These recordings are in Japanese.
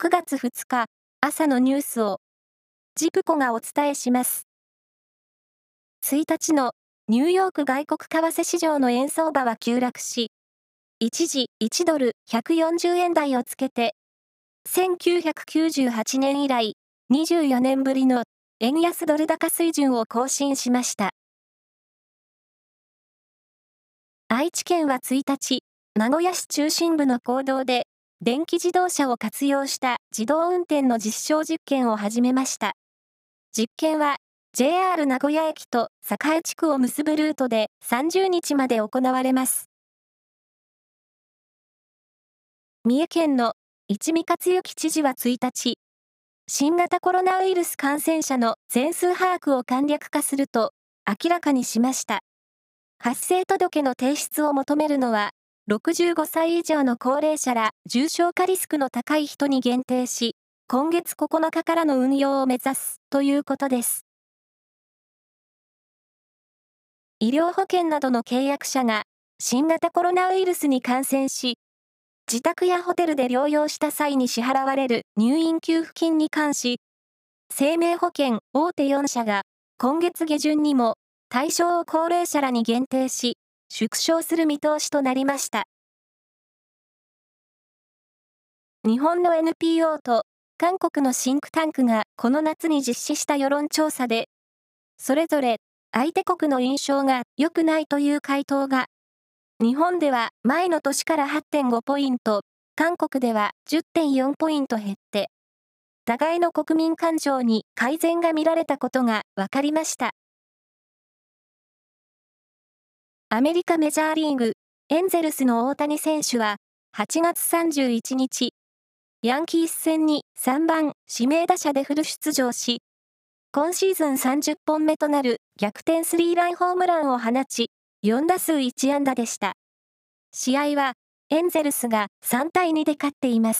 9月2日、朝のニュースを、ジプコがお伝えします。1日のニューヨーク外国為替市場の円相場は急落し、一時1ドル140円台をつけて、1998年以来、24年ぶりの円安ドル高水準を更新しました。愛知県は1日、名古屋市中心部の公道で、電気自動車を活用した自動運転の実証実験を始めました。実験は、JR 名古屋駅と栄地区を結ぶルートで30日まで行われます。三重県の一見勝之知事は1日、新型コロナウイルス感染者の全数把握を簡略化すると明らかにしました。発生届の提出を求めるのは、65歳以上の高齢者ら重症化リスクの高い人に限定し、今月9日からの運用を目指すということです。医療保険などの契約者が新型コロナウイルスに感染し、自宅やホテルで療養した際に支払われる入院給付金に関し、生命保険大手4社が今月下旬にも対象を高齢者らに限定し、縮小する見通しとなりました。日本の NPO と韓国のシンクタンクがこの夏に実施した世論調査で、それぞれ相手国の印象が良くないという回答が、日本では前の年から 8.5 ポイント、韓国では 10.4 ポイント減って、互いの国民感情に改善が見られたことが分かりました。アメリカメジャーリーグ、エンゼルスの大谷選手は、8月31日、ヤンキース戦に3番指名打者でフル出場し、今シーズン30本目となる逆転スリーランホームランを放ち、4打数1安打でした。試合は、エンゼルスが3対2で勝っています。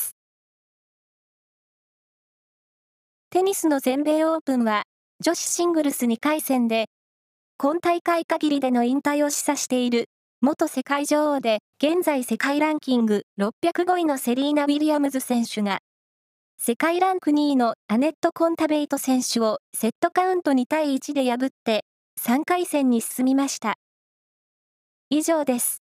テニスの全米オープンは、女子シングルス2回戦で、今大会限りでの引退を示唆している、元世界女王で、現在世界ランキング605位のセリーナ・ウィリアムズ選手が、世界ランク2位のアネット・コンタベイト選手をセットカウント2対1で破って、3回戦に進みました。以上です。